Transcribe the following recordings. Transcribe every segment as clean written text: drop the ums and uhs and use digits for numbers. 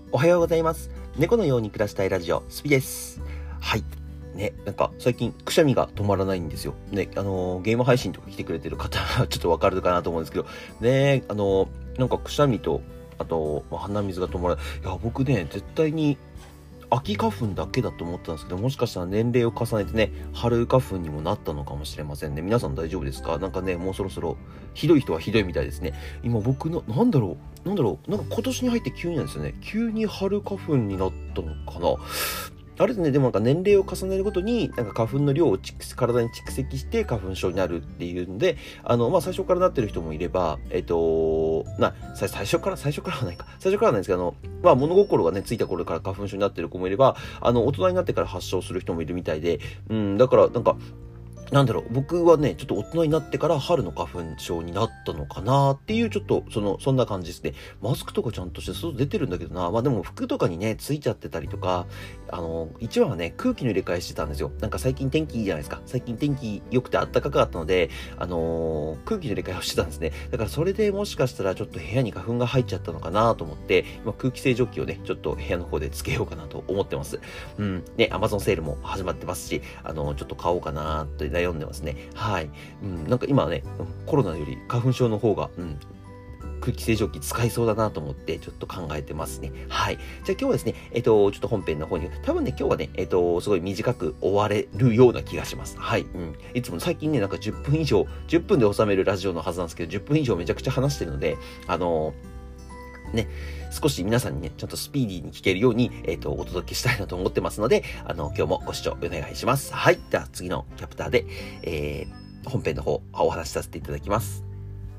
おはようございます。猫のように暮らしたいラジオ、スピです。はい。ね、なんか最近くしゃみが止まらないんですよ。ね、ゲーム配信とか来てくれてる方はちょっとわかるかなと思うんですけど、ね、なんかくしゃみと、あと、鼻水が止まらない。いや、僕ね、絶対に秋花粉だけだと思ったんですけど、もしかしたら年齢を重ねてね、春花粉にもなったのかもしれませんね。皆さん大丈夫ですか？なんかね、もうそろそろ、ひどい人はひどいみたいですね。今僕の、なんだろう、なんか今年に入って急になんですよね。急に春花粉になったのかな。あれですね、でもなんか年齢を重ねるごとに、なんか花粉の量を体に蓄積して花粉症になるっていうので、最初からなってる人もいれば、最初からはないか。最初からはないんですけど、物心がね、ついた頃から花粉症になってる子もいれば、大人になってから発症する人もいるみたいで、だから、なんか、僕はね、ちょっと大人になってから春の花粉症になったのかなっていう、ちょっと、そんな感じですね。マスクとかちゃんとして外出てるんだけどな。でも服とかにね、ついちゃってたりとか、一番はね、空気の入れ替えしてたんですよ。なんか最近天気いいじゃないですか。最近天気良くて暖かかったので、空気の入れ替えをしてたんですね。だからそれでもしかしたらちょっと部屋に花粉が入っちゃったのかなと思って、空気清浄機をね、ちょっと部屋の方でつけようかなと思ってます。ね、Amazon セールも始まってますし、ちょっと買おうかなと悩んでますね。はい。なんか今はね、コロナより花粉症の方が、空気清浄機使いそうだなと思ってちょっと考えてますね。はい。じゃあ今日はですね、ちょっと本編の方に、多分ね、今日はね、すごい短く終われるような気がします。はい。いつも最近ね、なんか10分で収めるラジオのはずなんですけど、10分以上めちゃくちゃ話してるので、ね、少し皆さんにね、ちゃんとスピーディーに聞けるように、お届けしたいなと思ってますので、今日もご視聴お願いします。はい。では次のキャプターで、本編の方、お話しさせていただきます。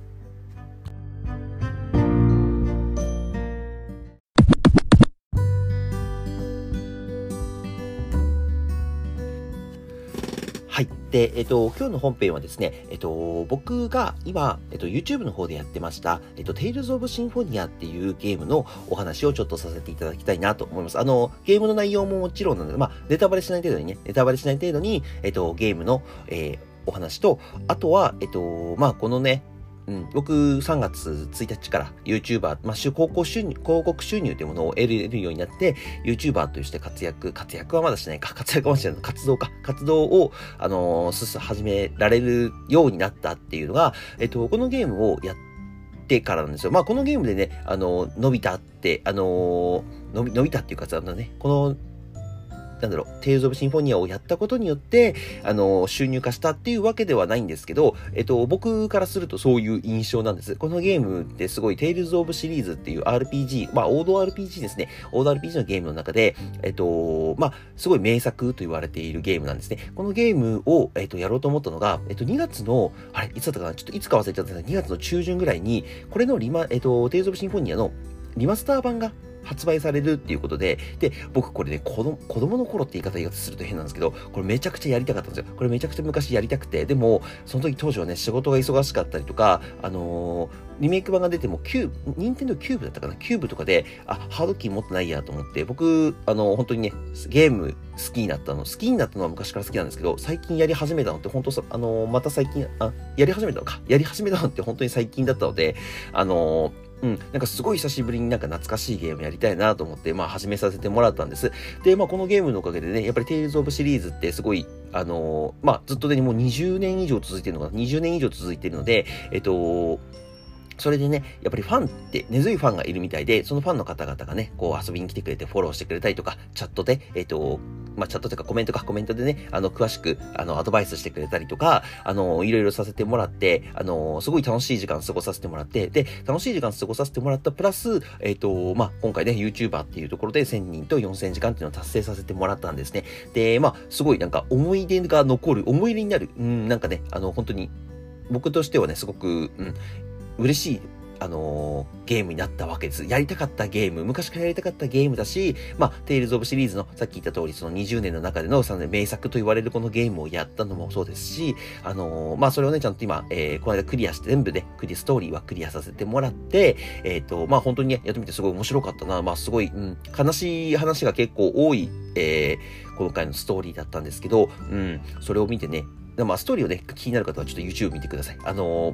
はい。で、今日の本編はですね、僕が今、YouTube の方でやってました、Tales of Symphonia っていうゲームのお話をちょっとさせていただきたいなと思います。ゲームの内容ももちろんなので、ネタバレしない程度に、ゲームの、お話と、あとは、このね、僕3月1日から YouTuber、広告収入というものを得れるようになって、YouTuber として活躍はまだしないか、活動を、始められるようになったっていうのが、このゲームをやってからなんですよ。このゲームでね、伸びたって、伸びたっていうかさ、この、テイルズ・オブ・シンフォニアをやったことによって、収入化したっていうわけではないんですけど、僕からするとそういう印象なんです。このゲームってすごい、テイルズ・オブ・シリーズっていう RPG、王道 RPG ですね。王道 RPG のゲームの中で、すごい名作と言われているゲームなんですね。このゲームを、やろうと思ったのが、2月の、いつだったかなちょっといつか忘れちゃったんですが、2月の中旬ぐらいに、これのテイルズ・オブ・シンフォニアのリマスター版が発売されるっていうことで、僕これね、子供の頃って言い方すると変なんですけど、これめちゃくちゃやりたかったんですよ。これめちゃくちゃ昔やりたくて、でも、その時当時はね、仕事が忙しかったりとか、リメイク版が出ても任天堂キューブだったかなキューブとかで、ハードキー持ってないやと思って、僕、本当にね、ゲーム好きになったのは昔から好きなんですけど、最近やり始めたのって本当さ、また最近、やり始めたのって本当に最近だったので、なんかすごい久しぶりになんか懐かしいゲームやりたいなと思って、始めさせてもらったんです。で、このゲームのおかげでね、やっぱり Tales of シリーズってすごい、ずっとね、もう20年以上続いてるので、それでね、やっぱりファンって根強いファンがいるみたいで、そのファンの方々がね、こう遊びに来てくれてフォローしてくれたりとか、チャットで、チャットというかコメントでね、詳しく、アドバイスしてくれたりとか、いろいろさせてもらって、すごい楽しい時間過ごさせてもらって、で、楽しい時間過ごさせてもらったプラス、今回ね、YouTuber っていうところで1000人と4000時間っていうのを達成させてもらったんですね。で、すごいなんか思い出になる、なんかね、本当に、僕としてはね、すごく、嬉しい、ゲームになったわけです。やりたかったゲーム、昔からやりたかったゲームだし、テイルズ・オブ・シリーズの、さっき言った通り、その20年の中での、名作と言われるこのゲームをやったのもそうですし、それをね、ちゃんと今、この間クリアして、全部で、ストーリーはクリアさせてもらって、本当にね、やってみてすごい面白かったな、すごい、悲しい話が結構多い、今回のストーリーだったんですけど、それを見てね、ストーリーをね、気になる方はちょっと YouTube 見てください。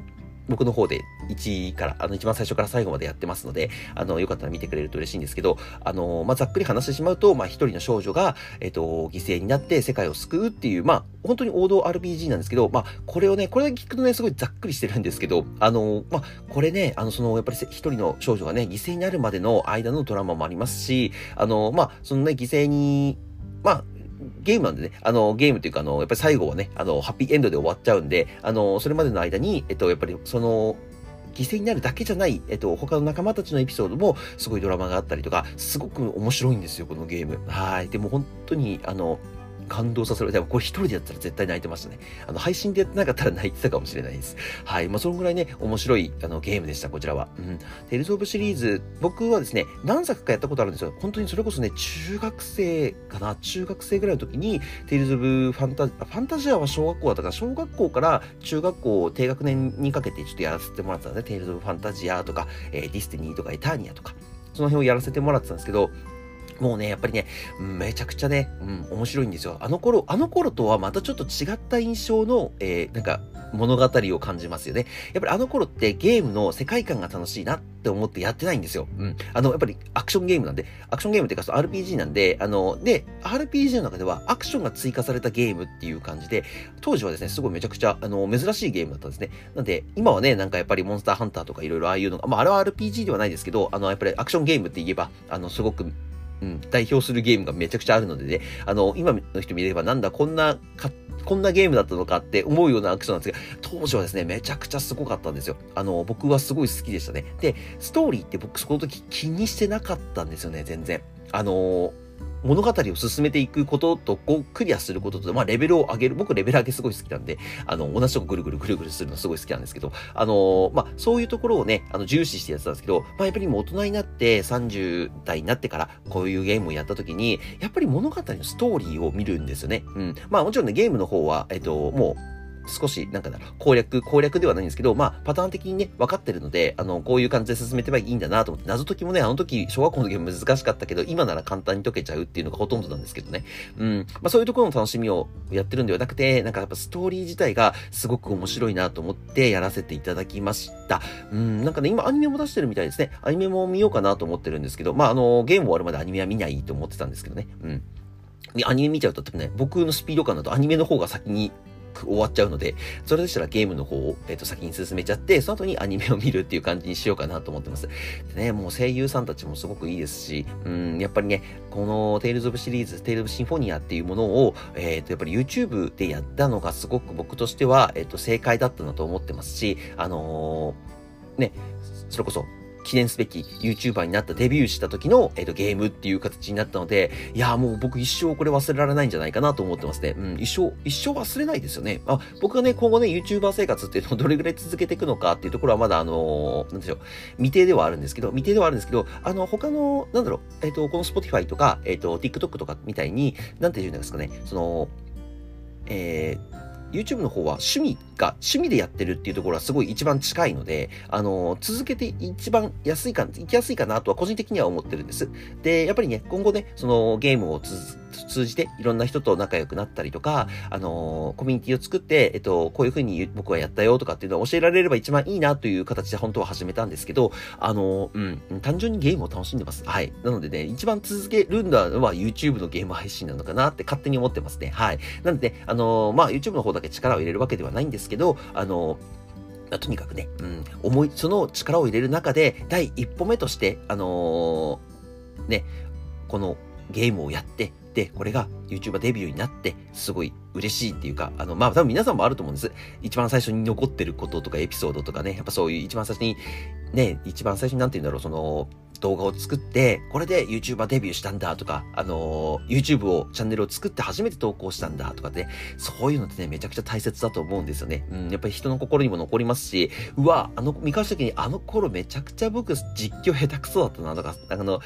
僕の方で1から、一番最初から最後までやってますので、よかったら見てくれると嬉しいんですけど、ざっくり話してしまうと、一人の少女が、犠牲になって世界を救うっていう、本当に王道 RPG なんですけど、これをね、これだけ聞くとね、すごいざっくりしてるんですけど、これね、やっぱり一人の少女がね、犠牲になるまでの間のドラマもありますし、そのね、犠牲に、ゲームなんでね、ゲームっていうか、やっぱり最後はね、ハッピーエンドで終わっちゃうんで、それまでの間に、やっぱり犠牲になるだけじゃない、他の仲間たちのエピソードも、すごいドラマがあったりとか、すごく面白いんですよ、このゲーム。はい。でも本当に、感動させる。でもこれ一人でやったら絶対泣いてましたね。配信でやってなかったら泣いてたかもしれないです。はい。そのぐらいね、面白い、ゲームでした、こちらは。テイルズ・オブシリーズ、僕はですね、何作かやったことあるんですよ。本当にそれこそね、中学生ぐらいの時に、テイルズ・オブ・ファンタジアは小学校だったから、小学校から中学校低学年にかけてちょっとやらせてもらってたんですね。テイルズ・オブ・ファンタジアとか、ディスティニーとか、エターニアとか、その辺をやらせてもらってたんですけど、もうね、やっぱりね、めちゃくちゃね、面白いんですよ。あの頃とはまたちょっと違った印象の、物語を感じますよね。やっぱりあの頃ってゲームの世界観が楽しいなって思ってやってないんですよ。やっぱりアクションゲームなんで、アクションゲームっていうかRPG なんで、で、RPG の中ではアクションが追加されたゲームっていう感じで、当時はですね、すごいめちゃくちゃ、珍しいゲームだったんですね。なんで、今はね、なんかやっぱりモンスターハンターとかいろいろああいうのが、あれは RPG ではないですけど、やっぱりアクションゲームって言えば、すごく、代表するゲームがめちゃくちゃあるのでね、今の人見ればなんだこんなゲームだったのかって思うようなアクションなんですが、当時はですね、めちゃくちゃすごかったんですよ。僕はすごい好きでしたね。で、ストーリーって僕その時気にしてなかったんですよね、全然。物語を進めていくことと、クリアすることと、レベルを上げる。僕、レベル上げすごい好きなんで、同じとこぐるぐるするのすごい好きなんですけど、そういうところをね、重視してやってたんですけど、やっぱりもう大人になって、30代になってから、こういうゲームをやった時に、やっぱり物語のストーリーを見るんですよね。もちろんね、ゲームの方は、もう、少し、攻略ではないんですけど、パターン的にね、分かってるので、こういう感じで進めてばいいんだなと思って、謎解きもね、あの時、小学校の時も難しかったけど、今なら簡単に解けちゃうっていうのがほとんどなんですけどね。そういうところの楽しみをやってるんではなくて、やっぱストーリー自体がすごく面白いなと思ってやらせていただきました。今アニメも出してるみたいですね。アニメも見ようかなと思ってるんですけど、ゲーム終わるまでアニメは見ないと思ってたんですけどね。アニメ見ちゃうとね、僕のスピード感だとアニメの方が先に終わっちゃうので、それでしたらゲームの方を、先に進めちゃって、その後にアニメを見るっていう感じにしようかなと思ってます。でね、もう声優さんたちもすごくいいですし、やっぱりね、このテイルズ・オブ・シリーズ、テイルズ・オブ・シンフォニアっていうものを、やっぱり YouTube でやったのがすごく僕としては、正解だったなと思ってますし、ね、それこそ、記念すべき YouTuber になったデビューした時の、ゲームっていう形になったので、いやもう僕一生これ忘れられないんじゃないかなと思ってますね。一生忘れないですよね。僕がね、今後ね、YouTuber 生活っていうのをどれぐらい続けていくのかっていうところはまだなんでしょう、未定ではあるんですけど、他の、この Spotify とか、TikTok とかみたいに、なんて言うんですかね、YouTube の方は趣味でやってるっていうところはすごい一番近いので、続けて一番行きやすいかなとは個人的には思ってるんです。で、やっぱりね、今後ね、そのゲームを通じていろんな人と仲良くなったりとか、コミュニティを作って、こういう風に僕はやったよとかっていうのを教えられれば一番いいなという形で本当は始めたんですけど、単純にゲームを楽しんでます。はい。なのでね、一番続けるのは YouTube のゲーム配信なのかなって勝手に思ってますね。はい。なので、YouTube の方だけ力を入れるわけではないんですけど、とにかくね、その力を入れる中で、第一歩目として、このゲームをやって、で、これが YouTuber デビューになって、すごい嬉しいっていうか、多分皆さんもあると思うんです。一番最初に残ってることとかエピソードとかね、やっぱそういう一番最初になんて言うんだろう、その、動画を作って、これで YouTuber デビューしたんだとか、YouTube チャンネルを作って初めて投稿したんだとかね、そういうのってね、めちゃくちゃ大切だと思うんですよね。やっぱり人の心にも残りますし、見返した時にあの頃めちゃくちゃ僕実況下手くそだったなとか、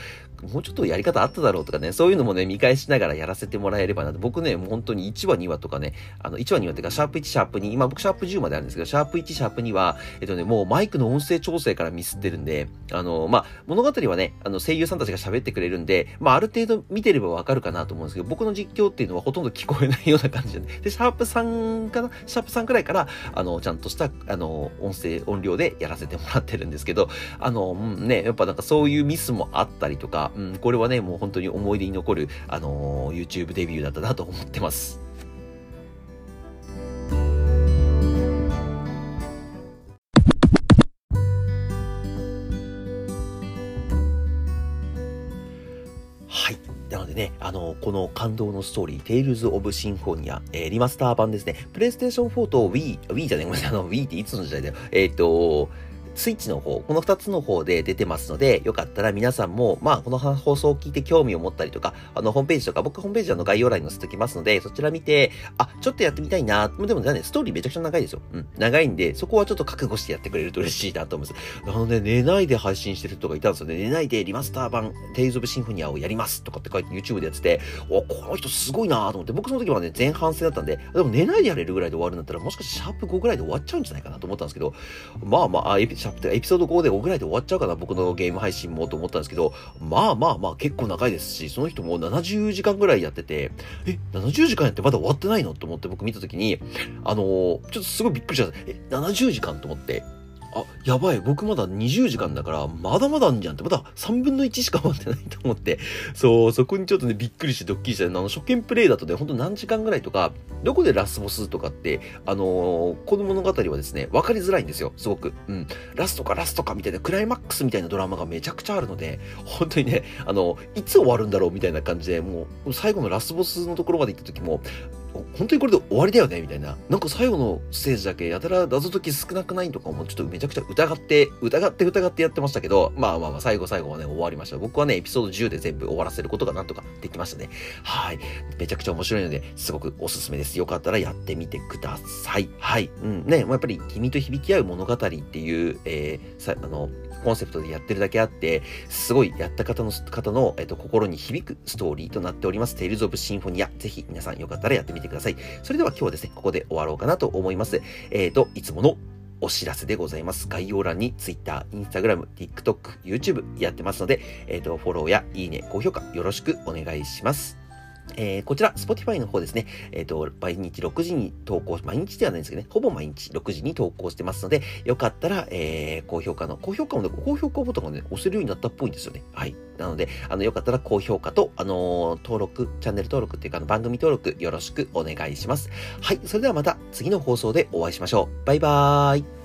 もうちょっとやり方あっただろうとかね、そういうのもね、見返しながらやらせてもらえればなと。僕ね、もう本当に1話2話とかね、1話2話っていうか、シャープ1、シャープ2、今僕シャープ10まであるんですけど、シャープ1、シャープ2は、もうマイクの音声調整からミスってるんで、物語はね、声優さんたちが喋ってくれるんで、ある程度見てればわかるかなと思うんですけど、僕の実況っていうのはほとんど聞こえないような感じで、シャープ3かなシャープ3くらいから、ちゃんとした、音量でやらせてもらってるんですけど、やっぱなんかそういうミスもあったりとか、これはね、もう本当に思い出に残る、YouTube デビューだったなと思ってます。はい。なのでね、この感動のストーリー、Tales of Symphonia、リマスター版ですね。プレイステーション4と Wii じゃね、ごめんなさい、Wii っていつの時代だよ。スイッチの方、この2つの方で出てますので、よかったら皆さんも、この放送を聞いて興味を持ったりとか、ホームページとか、僕ホームページ概要欄に載せておきますので、そちら見て、ちょっとやってみたいな。でもね、ストーリーめちゃくちゃ長いですよ。長いんで、そこはちょっと覚悟してやってくれると嬉しいなと思います。寝ないで配信してる人がいたんですよね。寝ないでリマスター版、Tales of Symphonia をやりますとかって書いて YouTube でやってて、この人すごいなと思って、僕その時はね、前半戦だったんで、でも寝ないでやれるぐらいで終わるんだったら、もしかしてシャープ5ぐらいで終わっちゃうんじゃないかなと思ったんですけど、エピソード5で5ぐらいで終わっちゃうかな、僕のゲーム配信もと思ったんですけど、結構長いですし、その人も70時間ぐらいやってて、70時間やってまだ終わってないのと思って僕見たときに、ちょっとすごいびっくりした。70時間と思って、やばい、僕まだ20時間だから、まだまだあんじゃんって、まだ3分の1しか待ってないと思って、そこにちょっとね、びっくりしてドッキリした。初見プレイだとね、ほんと何時間ぐらいとか、どこでラスボスとかって、この物語はですね、わかりづらいんですよ、すごく。ラストかみたいな、クライマックスみたいなドラマがめちゃくちゃあるので、本当にね、いつ終わるんだろうみたいな感じで、もう、最後のラスボスのところまで行った時も、本当にこれで終わりだよねみたいな。なんか最後のステージだけやたら謎解き少なくないとかもちょっとめちゃくちゃ疑ってやってましたけど、最後はね、終わりました。僕はね、エピソード10で全部終わらせることがなんとかできましたね。はい。めちゃくちゃ面白いので、すごくおすすめです。よかったらやってみてください。はい。やっぱり君と響き合う物語っていう、コンセプトでやってるだけあって、すごいやった方の、心に響くストーリーとなっております。Tales of Symphonia。ぜひ皆さんよかったらやってみてください。それでは今日はですね、ここで終わろうかなと思います。いつものお知らせでございます。概要欄に Twitter、Instagram、TikTok、YouTube やってますので、フォローやいいね、高評価よろしくお願いします。こちら、Spotify の方ですね、毎日6時に投稿、毎日ではないんですけどね、ほぼ毎日6時に投稿してますので、よかったら、高評価ボタンがね、押せるようになったっぽいんですよね。はい。なので、よかったら高評価と、チャンネル登録っていうか、番組登録よろしくお願いします。はい。それではまた次の放送でお会いしましょう。バイバーイ。